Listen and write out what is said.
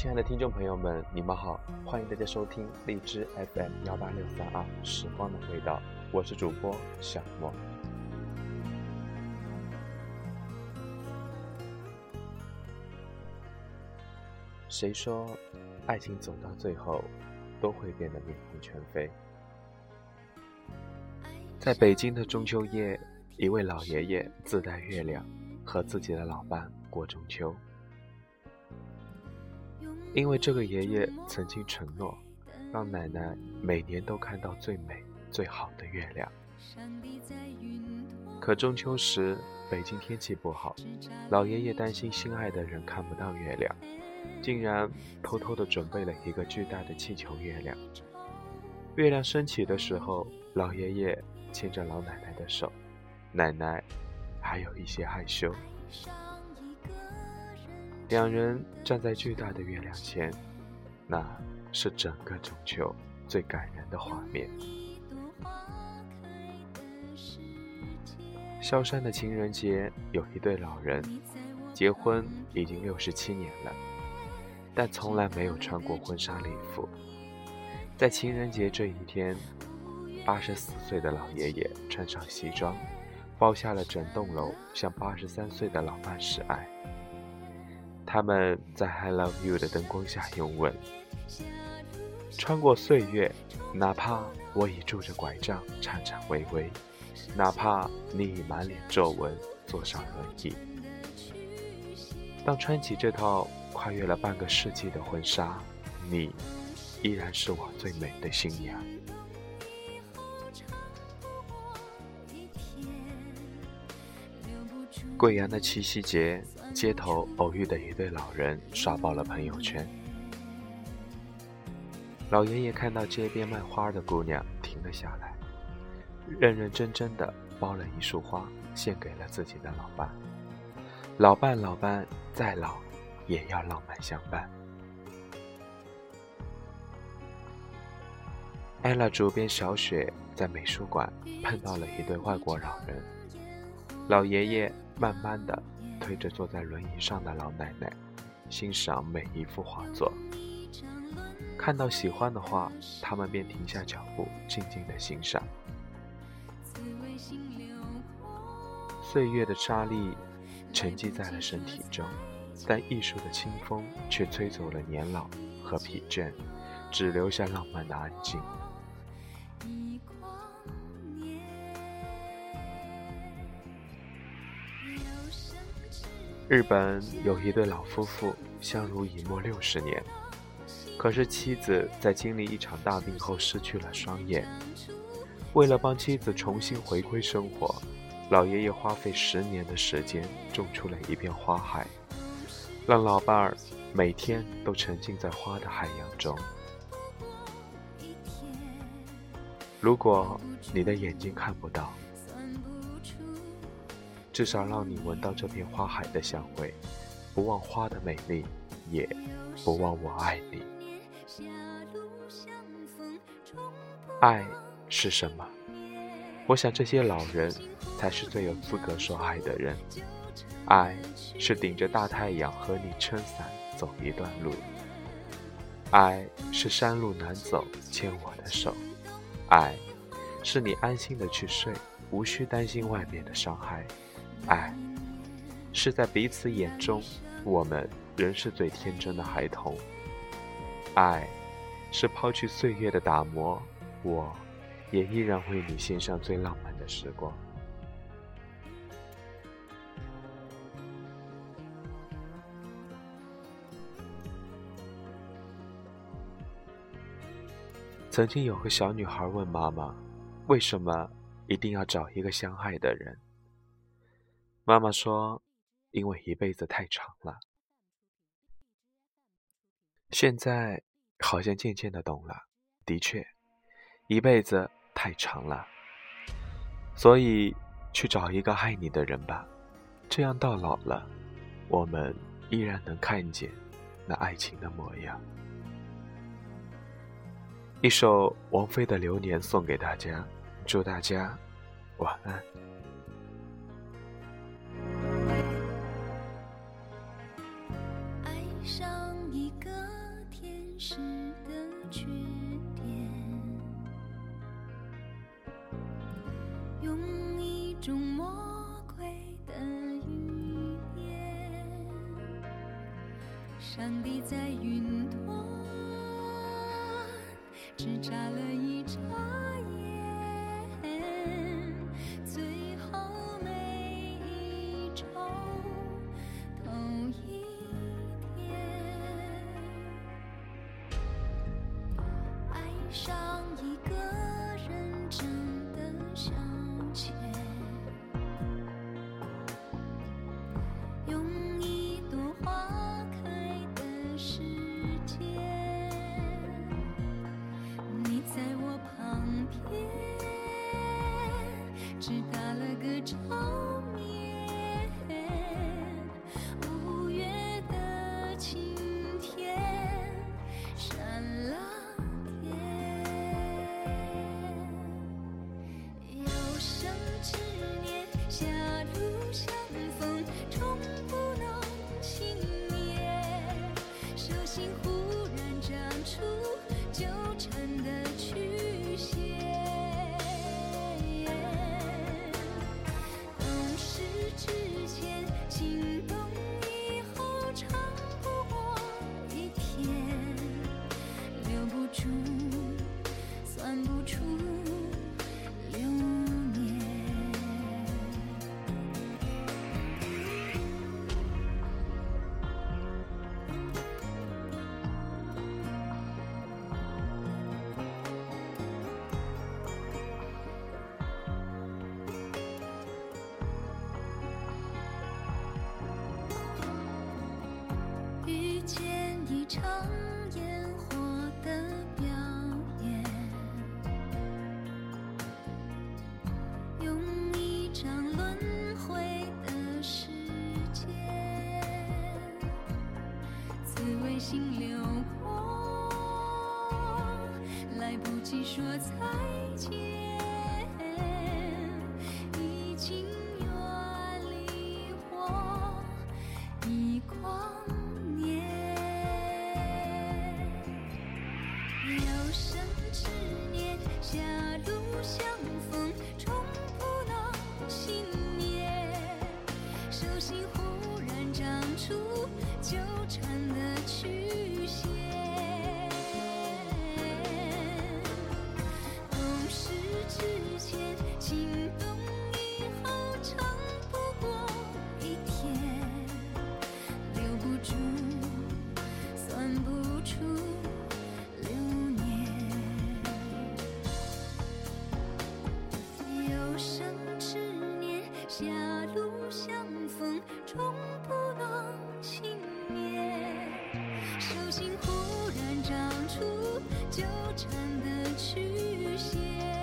亲爱的听众朋友们，你们好，欢迎大家收听荔枝 FM18632时光的味道，我是主播小莫。谁说爱情走到最后都会变得面目全非？在北京的中秋夜，一位老爷爷自带月亮和自己的老伴过中秋。因为这个爷爷曾经承诺让奶奶每年都看到最美最好的月亮。可中秋时北京天气不好，老爷爷担心心爱的人看不到月亮，竟然偷偷地准备了一个巨大的气球月亮。月亮升起的时候，老爷爷牵着老奶奶的手，奶奶还有一些害羞。两人站在巨大的月亮前，那是整个中秋最感人的画面。萧山的情人节有一对老人，结婚已经67年了，但从来没有穿过婚纱礼服。在情人节这一天，84岁的老爷爷穿上西装，包下了整栋楼，向83岁的老伴示爱。他们在 I love you 的灯光下拥吻，穿过岁月，哪怕我已拄着拐杖颤颤巍巍，哪怕你已满脸皱纹坐上轮椅。当穿起这套跨越了半个世纪的婚纱，你依然是我最美的新娘。贵阳的七夕节，街头偶遇的一对老人刷爆了朋友圈。老爷爷看到街边卖花的姑娘停了下来，认认真真地包了一束花献给了自己的老伴。老伴再老也要浪漫相伴。ella 主编小雪在美术馆碰到了一对外国老人，老爷爷慢慢地推着坐在轮椅上的老奶奶，欣赏每一幅画作。看到喜欢的画，他们便停下脚步，静静地欣赏。岁月的沙粒沉积在了身体中，但艺术的清风却吹走了年老和疲倦，只留下浪漫的安静。日本有一对老夫妇相濡以沫60年，可是妻子在经历一场大病后失去了双眼。为了帮妻子重新回归生活，老爷爷花费10年的时间种出了一片花海，让老伴儿每天都沉浸在花的海洋中。如果你的眼睛看不到，至少让你闻到这片花海的香味，不忘花的美丽，也不忘我爱你。爱是什么？我想这些老人才是最有资格说爱的人。爱是顶着大太阳和你撑伞走一段路，爱是山路难走牵我的手，爱是你安心的去睡，无需担心外面的伤害。爱是在彼此眼中，我们仍是最天真的孩童。爱是抛去岁月的打磨，我也依然为你献上最浪漫的时光。曾经有个小女孩问妈妈，为什么一定要找一个相爱的人？妈妈说，因为一辈子太长了。现在好像渐渐地懂了，的确，一辈子太长了，所以去找一个爱你的人吧，这样到老了，我们依然能看见那爱情的模样。一首王菲的《流年》送给大家，祝大家晚安。 爱上一个实的缺点，用一种魔鬼的语言，上帝在云端只眨了一眨眼，最后每一周头一天，爱上一个人真的消遣，用一朵花开的时间，你在我旁边只打了个照面，5月的晴天闪了天，有生之年狭路相逢终不能幸免，手心忽然长出纠缠的曲线，懂事之前心动以后长不过一天，留不住算不出流年，遇见一场烟火的表演，用一张轮回的时间，滋味心流过，来不及说再见，已经远离我一光年，有生之年狭路相逢终不能幸免，手心忽然长出纠缠的曲线，懂事之前心动以后长不过一天，留不住算不出流年，有生之年狭路相逢终不能幸免，手心忽然长出纠缠的曲线，